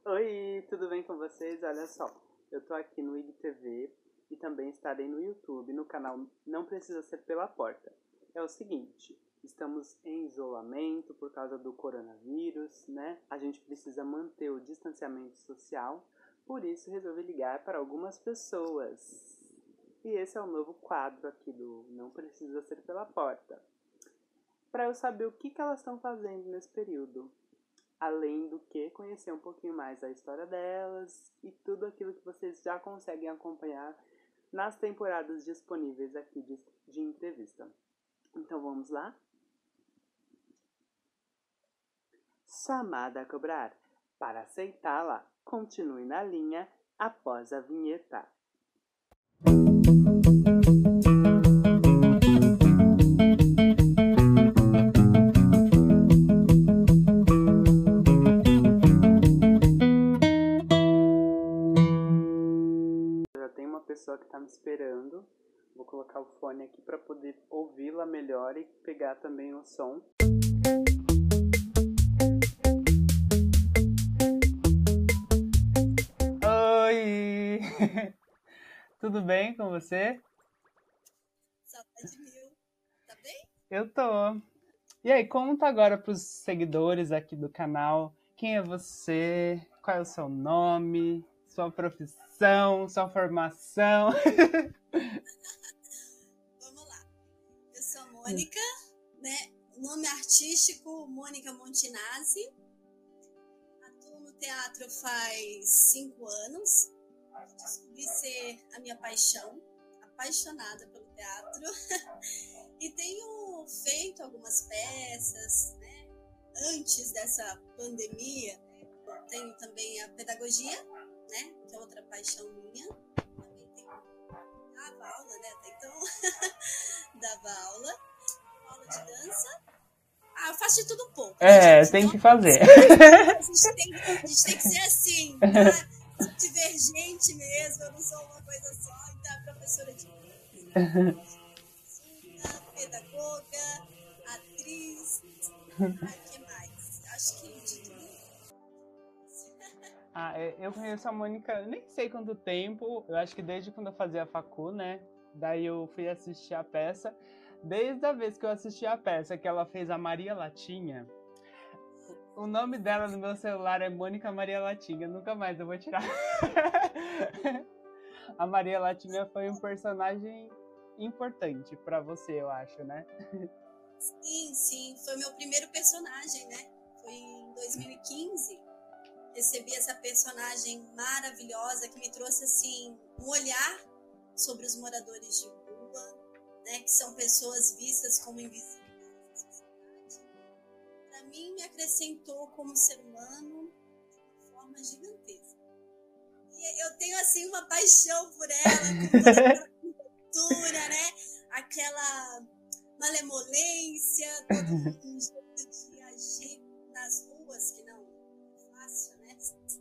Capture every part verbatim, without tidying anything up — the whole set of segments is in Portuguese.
Oi, tudo bem com vocês? Olha só, eu tô aqui no I G T V e também estarei no YouTube, no canal Não Precisa Ser Pela Porta. É o seguinte, estamos em isolamento por causa do coronavírus, né? A gente precisa manter o distanciamento social, por isso resolvi ligar para algumas pessoas. E esse é o novo quadro aqui do Não Precisa Ser Pela Porta, para eu saber o que, que elas estão fazendo nesse período. Além do que, conhecer um pouquinho mais a história delas e tudo aquilo que vocês já conseguem acompanhar nas temporadas disponíveis aqui de, de entrevista. Então vamos lá? Chamada a cobrar. Para aceitá-la, continue na linha após a vinheta. Pessoa que está me esperando. Vou colocar o fone aqui para poder ouvi-la melhor e pegar também o som. Oi! Tudo bem com você? Saudade mil. Tá bem? Eu tô. E aí, conta agora para os seguidores aqui do canal. Quem é você? Qual é o seu nome? Sua profissão? Sua formação? Vamos lá. Eu sou a Mônica, né? Nome artístico, Mônica Montinazzi. Atuo no teatro faz cinco anos. Descobri ser a minha paixão, apaixonada pelo teatro. E tenho feito algumas peças, né? Antes dessa pandemia. Eu tenho também a pedagogia, né? Que é outra paixão minha. Também tenho dava aula, né? Até então dava aula, aula de dança. Ah, eu faço de tudo um pouco. É, né, tem então, que fazer. A gente, tem, a gente tem que ser assim, tá? Divergente mesmo, eu não sou uma coisa só. Então, professora de dança, pedagoga, atriz, o que mais? Acho que de tudo. Ah, eu conheço a Mônica, nem sei quanto tempo, eu acho que desde quando eu fazia facu, né? Daí eu fui assistir a peça. Desde a vez que eu assisti a peça, que ela fez a Maria Latinha, o nome dela no meu celular é Mônica Maria Latinha, nunca mais eu vou tirar. A Maria Latinha foi um personagem importante pra você, eu acho, né? Sim, sim, foi meu primeiro personagem, né? Foi em dois mil e quinze. Recebi essa personagem maravilhosa que me trouxe assim um olhar sobre os moradores de rua, né, que são pessoas vistas como invisíveis na sociedade. Para mim, me acrescentou como ser humano de uma forma gigantesca. E eu tenho assim uma paixão por ela, com toda aquela cultura, né? Aquela malemolência, todo um jeito de agir nas ruas que não é fácil, né?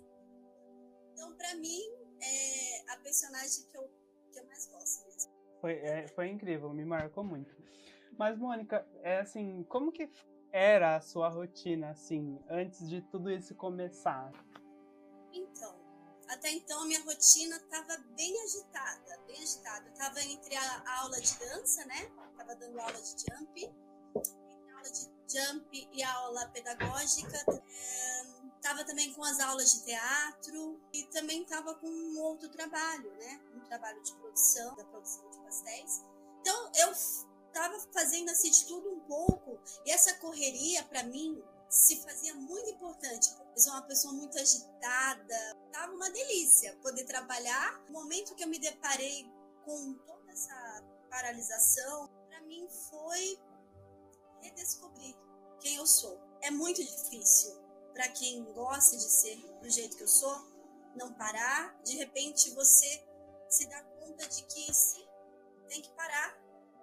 Então, para mim, é a personagem que eu, que eu mais gosto mesmo. Foi, é, foi incrível, me marcou muito. Mas, Mônica, é assim, como que era a sua rotina, assim, antes de tudo isso começar? Então, até então a minha rotina estava bem agitada, bem agitada. Eu estava entre a, a aula de dança, né? Estava dando aula de jump, entre a aula de jump e a aula pedagógica. Estava é, também com as aulas de teatro e também estava com um outro trabalho, né? Um trabalho de produção, da produção de pastéis. Então, eu estava fazendo assim de tudo um pouco e essa correria, para mim, se fazia muito importante. Eu sou uma pessoa muito agitada, tava uma delícia poder trabalhar. No momento que eu me deparei com toda essa paralisação, para mim foi redescobrir quem eu sou. É muito difícil para quem gosta de ser do jeito que eu sou, não parar. De repente você se dá conta de que sim, tem que parar.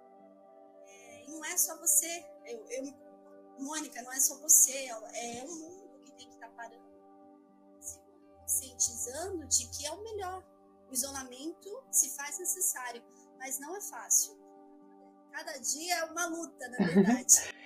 É, e não é só você. Eu, eu Mônica, não é só você, é o mundo que tem que estar parando, se conscientizando de que é o melhor. O isolamento se faz necessário, mas não é fácil. Cada dia é uma luta, na verdade.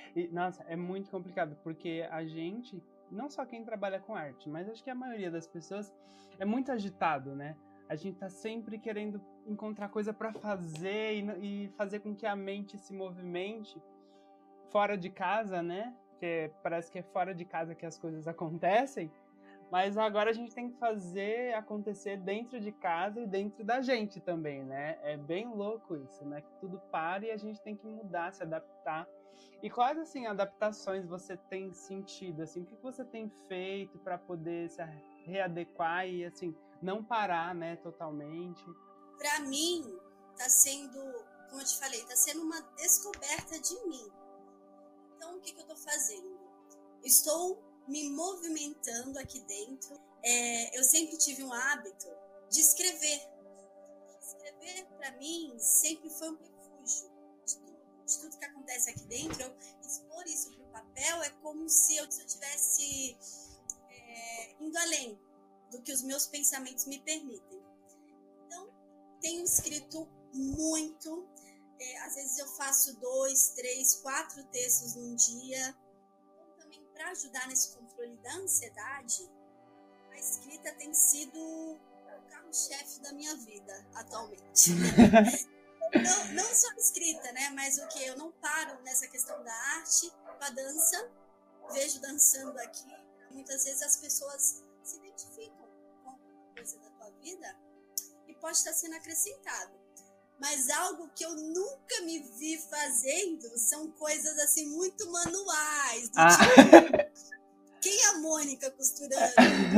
E, nossa, é muito complicado, porque a gente, não só quem trabalha com arte, mas acho que a maioria das pessoas é muito agitado, né? A gente tá sempre querendo encontrar coisa para fazer e, e fazer com que a mente se movimente fora de casa, né? Porque parece que é fora de casa que as coisas acontecem. Mas agora a gente tem que fazer acontecer dentro de casa e dentro da gente também, né? É bem louco isso, né? Que tudo para e a gente tem que mudar, se adaptar. E quais, assim, adaptações você tem sentido? Assim, o que você tem feito para poder se readequar e, assim, não parar, né, totalmente? Para mim, tá sendo, como eu te falei, tá sendo uma descoberta de mim. Então, o que, que eu tô fazendo? Estou me movimentando aqui dentro. É, eu sempre tive um hábito de escrever. Escrever, para mim, sempre foi um refúgio de tudo, de tudo que acontece aqui dentro. Eu expor isso para o papel é como se eu estivesse é, indo além do que os meus pensamentos me permitem. Então, tenho escrito muito. É, às vezes eu faço dois, três, quatro textos num dia. Para ajudar nesse controle da ansiedade, a escrita tem sido o carro-chefe da minha vida atualmente. não, não só a escrita, né? Mas o que eu não paro nessa questão da arte, com a dança, vejo dançando aqui. Muitas vezes as pessoas se identificam com alguma coisa da tua vida e pode estar sendo acrescentado. Mas algo que eu nunca me vi fazendo são coisas assim muito manuais. Do ah. tipo, quem é a Mônica costurando?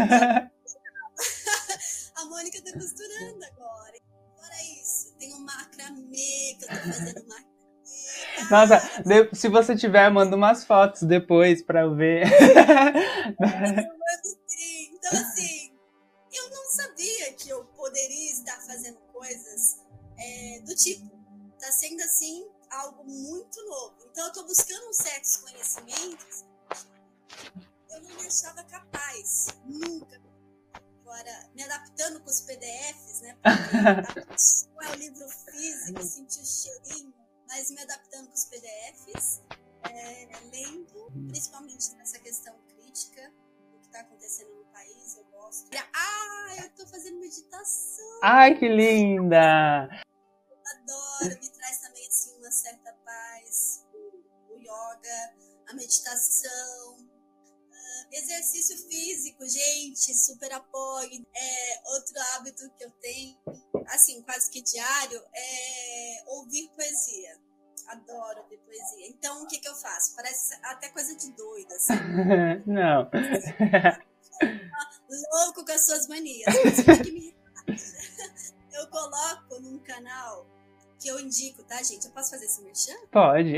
A Mônica tá costurando agora. Fora isso, tem um macramê que eu tô fazendo macramê. Nossa, de, se você tiver, manda umas fotos depois pra eu ver. Sim. Então, assim, eu não sabia que eu poderia estar fazendo coisas É, do tipo, tá sendo assim algo muito novo. Então eu tô buscando certos conhecimentos que eu não me achava capaz, nunca. Agora, me adaptando com os P D Fs, né? Porque não é o livro físico, sentir o cheirinho, mas me adaptando com os P D Fs, é, lendo, principalmente nessa questão crítica do que tá acontecendo no país, eu gosto. Ah, eu tô fazendo meditação. Ai, que linda! Adoro, me traz também assim, uma certa paz, o, o yoga, a meditação, uh, exercício físico, gente, super apoio. É, outro hábito que eu tenho, assim, quase que diário, é ouvir poesia. Adoro ouvir poesia. Então, o que, que eu faço? Parece até coisa de doida, assim. Não. Louco com as suas manias, mas o que, que me relaxa? Eu coloco num canal que eu indico, tá, gente? Eu posso fazer esse merchan? Pode.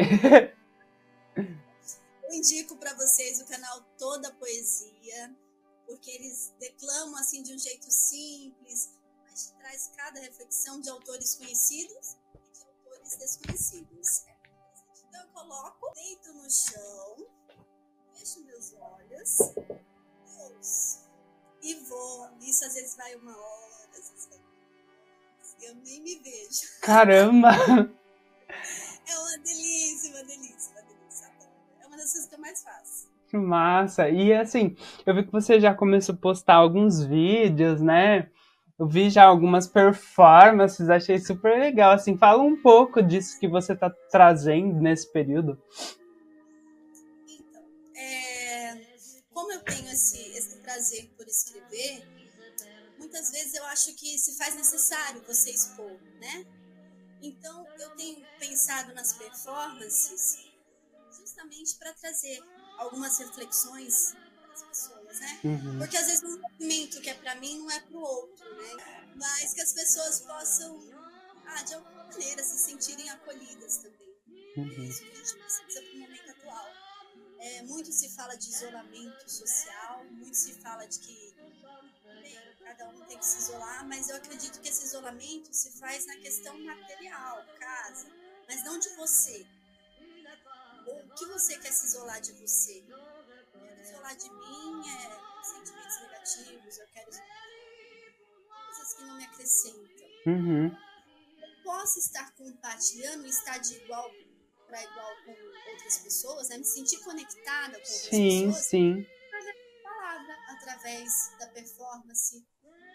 Eu indico para vocês o canal Toda Poesia, porque eles declamam assim de um jeito simples, mas traz cada reflexão de autores conhecidos e de autores desconhecidos. Então eu coloco, deito no chão, fecho meus olhos e ouço. E vou. Isso às vezes vai uma hora, às vezes vai eu nem me vejo. Caramba! É uma delícia, uma delícia, uma delícia. É uma das coisas que eu mais faço. Que massa! E assim, eu vi que você já começou a postar alguns vídeos, né? Eu vi já algumas performances, achei super legal. Assim, fala um pouco disso que você está trazendo nesse período. Então, é, como eu tenho esse, esse prazer por escrever, muitas vezes eu acho que se faz necessário você expor, né? Então, eu tenho pensado nas performances justamente para trazer algumas reflexões para as pessoas, né? Uhum. Porque às vezes um movimento que é para mim não é para o outro, né? Mas que as pessoas possam, ah, de alguma maneira, se sentirem acolhidas também. Uhum. É isso que a gente precisa para o momento atual. É, muito se fala de isolamento social, muito se fala de que cada um tem que se isolar, mas eu acredito que esse isolamento se faz na questão material, casa, mas não de você. Ou o que você quer se isolar de você? Eu quero isolar de mim é sentimentos negativos, eu quero isolar coisas que não me acrescentam. Uhum. Eu posso estar compartilhando e estar de igual para igual com outras pessoas, né? Me sentir conectada com outras sim, pessoas. Sim, Através da palavra, através da performance.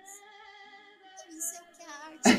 Isso é o que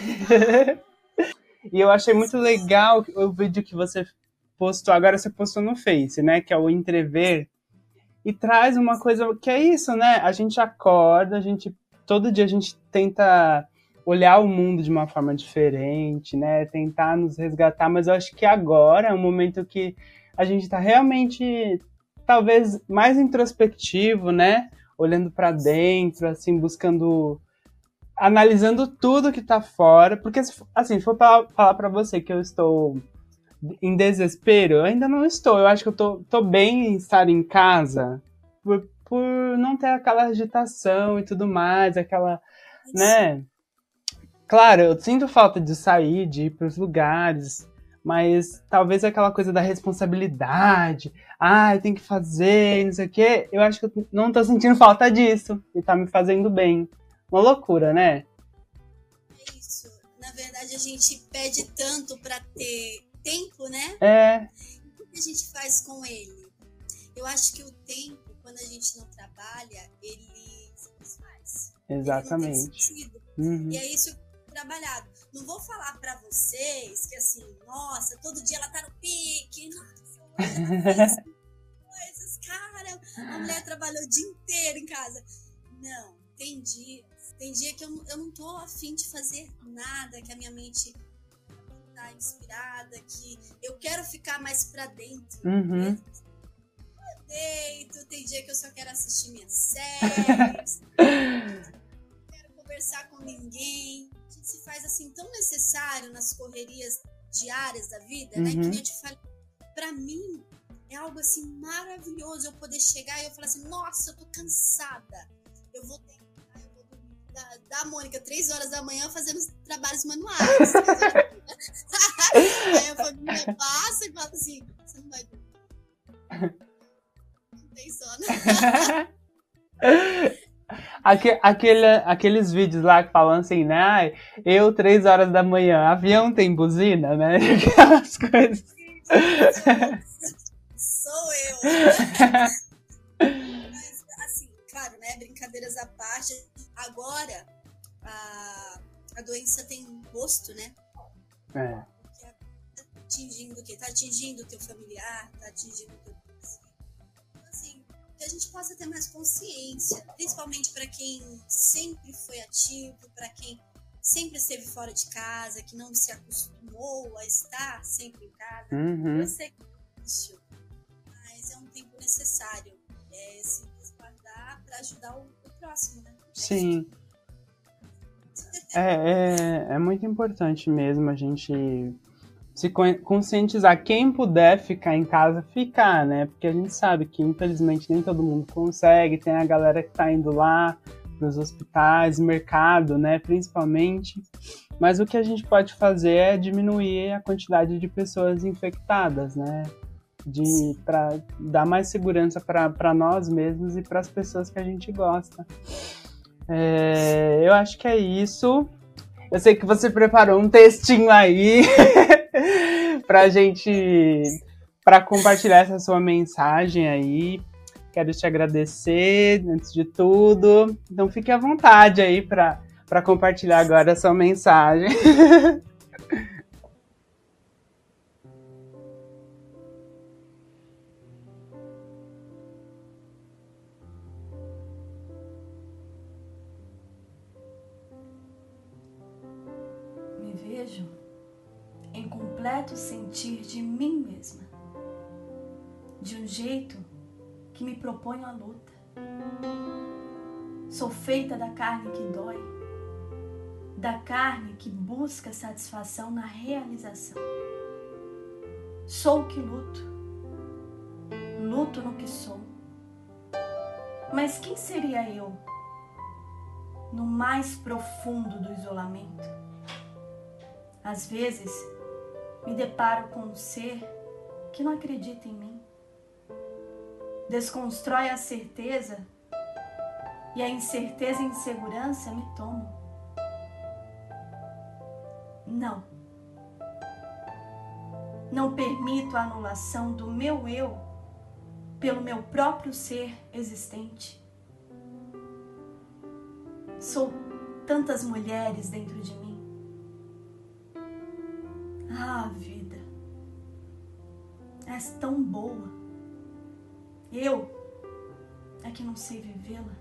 a arte faz. E eu achei muito legal o vídeo que você postou, agora você postou no Face, né? Que é o Entrever. E traz uma coisa que é isso, né? A gente acorda, a gente todo dia a gente tenta olhar o mundo de uma forma diferente, né? Tentar nos resgatar, mas eu acho que agora é um momento que a gente está realmente, talvez, mais introspectivo, né? Olhando para dentro, assim, buscando, analisando tudo que tá fora. Porque, assim, se for falar para você que eu estou em desespero, eu ainda não estou. Eu acho que eu tô, tô bem em estar em casa por, por não ter aquela agitação e tudo mais, aquela, né? Claro, eu sinto falta de sair, de ir pros lugares, mas talvez aquela coisa da responsabilidade, ah, eu tenho que fazer, não sei o quê, eu acho que eu não tô sentindo falta disso e tá me fazendo bem. Uma loucura, né? É isso. Na verdade, a gente pede tanto pra ter tempo, né? É. O que a gente faz com ele? Eu acho que o tempo, quando a gente não trabalha, ele se desfaz. Exatamente. Ele não tem sentido. Uhum. E é isso que eu tenho trabalhado. Não vou falar pra vocês que assim, nossa, todo dia ela tá no pique, nossa, hoje ela fez coisas, cara, a mulher trabalhou o dia inteiro em casa. Não, tem dias, tem dia que eu, eu não tô afim de fazer nada, que a minha mente tá inspirada, que eu quero ficar mais pra dentro. Uhum. Eu deito, tem dia que eu só quero assistir minhas séries, não quero conversar com ninguém. A gente se faz assim tão necessário nas correrias diárias da vida, uhum. né? Que nem eu te falei, pra mim é algo assim maravilhoso eu poder chegar e eu falar assim, nossa, eu tô cansada, eu vou ter Da, da Mônica, três horas da manhã, fazendo os trabalhos manuais. Aí a família passa e fala assim, você não vai dormir. Não tem sono. Aquele, aquele, aqueles vídeos lá que falam assim, né? Eu, três horas da manhã, avião tem buzina, né? Aquelas coisas. Sou, sou eu. Mas, assim, claro, né? Brincadeiras à parte. Agora, a, a doença tem um rosto, né? É. Tá atingindo o quê? Tá atingindo o teu familiar, tá atingindo o teu conhecido. Então, assim, que a gente possa ter mais consciência, principalmente para quem sempre foi ativo, para quem sempre esteve fora de casa, que não se acostumou a estar sempre em casa. Uhum. Eu sei que é difícil, mas é um tempo necessário. É se resguardar para ajudar o, o próximo, né? Sim. É, é, é muito importante mesmo a gente se conscientizar. Quem puder ficar em casa, ficar, né? Porque a gente sabe que, infelizmente, nem todo mundo consegue. Tem a galera que tá indo lá nos hospitais, mercado, né? Principalmente. Mas o que a gente pode fazer é diminuir a quantidade de pessoas infectadas, né? De, para dar mais segurança para nós mesmos e para as pessoas que a gente gosta. É, eu acho que é isso. Eu sei que você preparou um textinho aí pra gente, para compartilhar essa sua mensagem aí. Quero te agradecer antes de tudo. Então fique à vontade aí para para compartilhar agora a sua mensagem. Me vejo em completo sentir de mim mesma, de um jeito que me proponho a luta. Sou feita da carne que dói, da carne que busca satisfação na realização. Sou o que luto, luto no que sou. Mas quem seria eu no mais profundo do isolamento? Às vezes, me deparo com um ser que não acredita em mim. Desconstrói a certeza e a incerteza e insegurança me tomam. Não. Não permito a anulação do meu eu pelo meu próprio ser existente. Sou tantas mulheres dentro de mim. Ah, vida, és tão boa. Eu é que não sei vivê-la.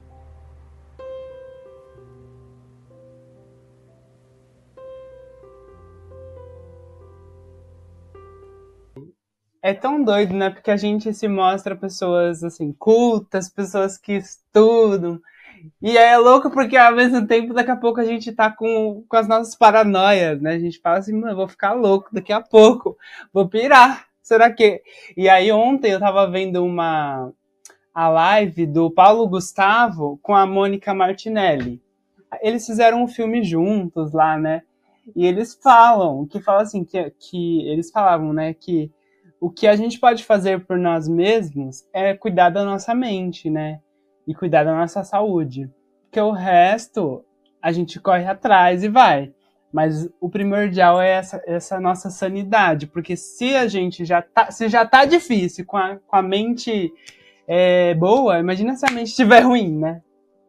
É tão doido, né? Porque a gente se mostra pessoas, assim, cultas, pessoas que estudam. E é louco porque, ao mesmo tempo, daqui a pouco a gente tá com, com as nossas paranoias, né? A gente fala assim, mano, eu vou ficar louco daqui a pouco. Vou pirar. Será que... E aí, ontem eu tava vendo uma... a live do Paulo Gustavo com a Mônica Martinelli. Eles fizeram um filme juntos lá, né? E eles falam, que falam assim, que, que eles falavam, né, que o que a gente pode fazer por nós mesmos é cuidar da nossa mente, né? E cuidar da nossa saúde. Porque o resto, a gente corre atrás e vai. Mas o primordial é essa, essa nossa sanidade. Porque se a gente já tá, se já tá difícil com a, com a mente é, boa, imagina se a mente estiver ruim, né?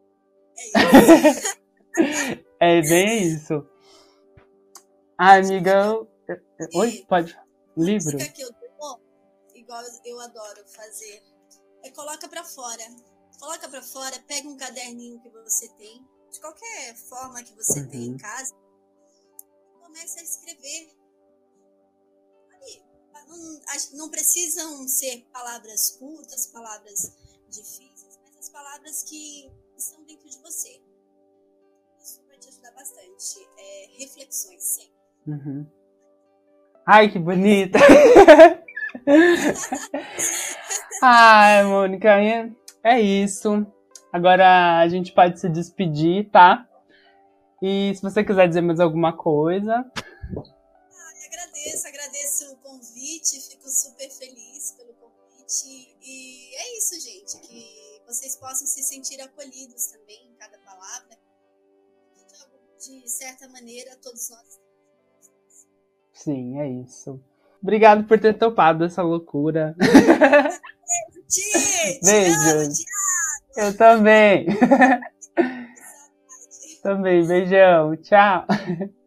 É bem isso. Ah, amiga, eu... Oi, pode. Livro? Música que eu dou, igual eu adoro fazer, é coloca pra fora. Coloca pra fora, pega um caderninho que você tem, de qualquer forma que você uhum. tem em casa, e começa a escrever. Ali, não, não precisam ser palavras curtas, palavras difíceis, mas as palavras que estão dentro de você. Isso vai te ajudar bastante. É, reflexões sempre. Uhum. Ai, que bonita! Ai, Mônica, é isso. Agora a gente pode se despedir, tá? E se você quiser dizer mais alguma coisa... Ah, agradeço, agradeço o convite, fico super feliz pelo convite. E é isso, gente, que vocês possam se sentir acolhidos também em cada palavra. De certa maneira, todos nós... Sim, é isso. Obrigado por ter topado essa loucura. Beijo, beijo. Eu também. Também, beijão. Tchau.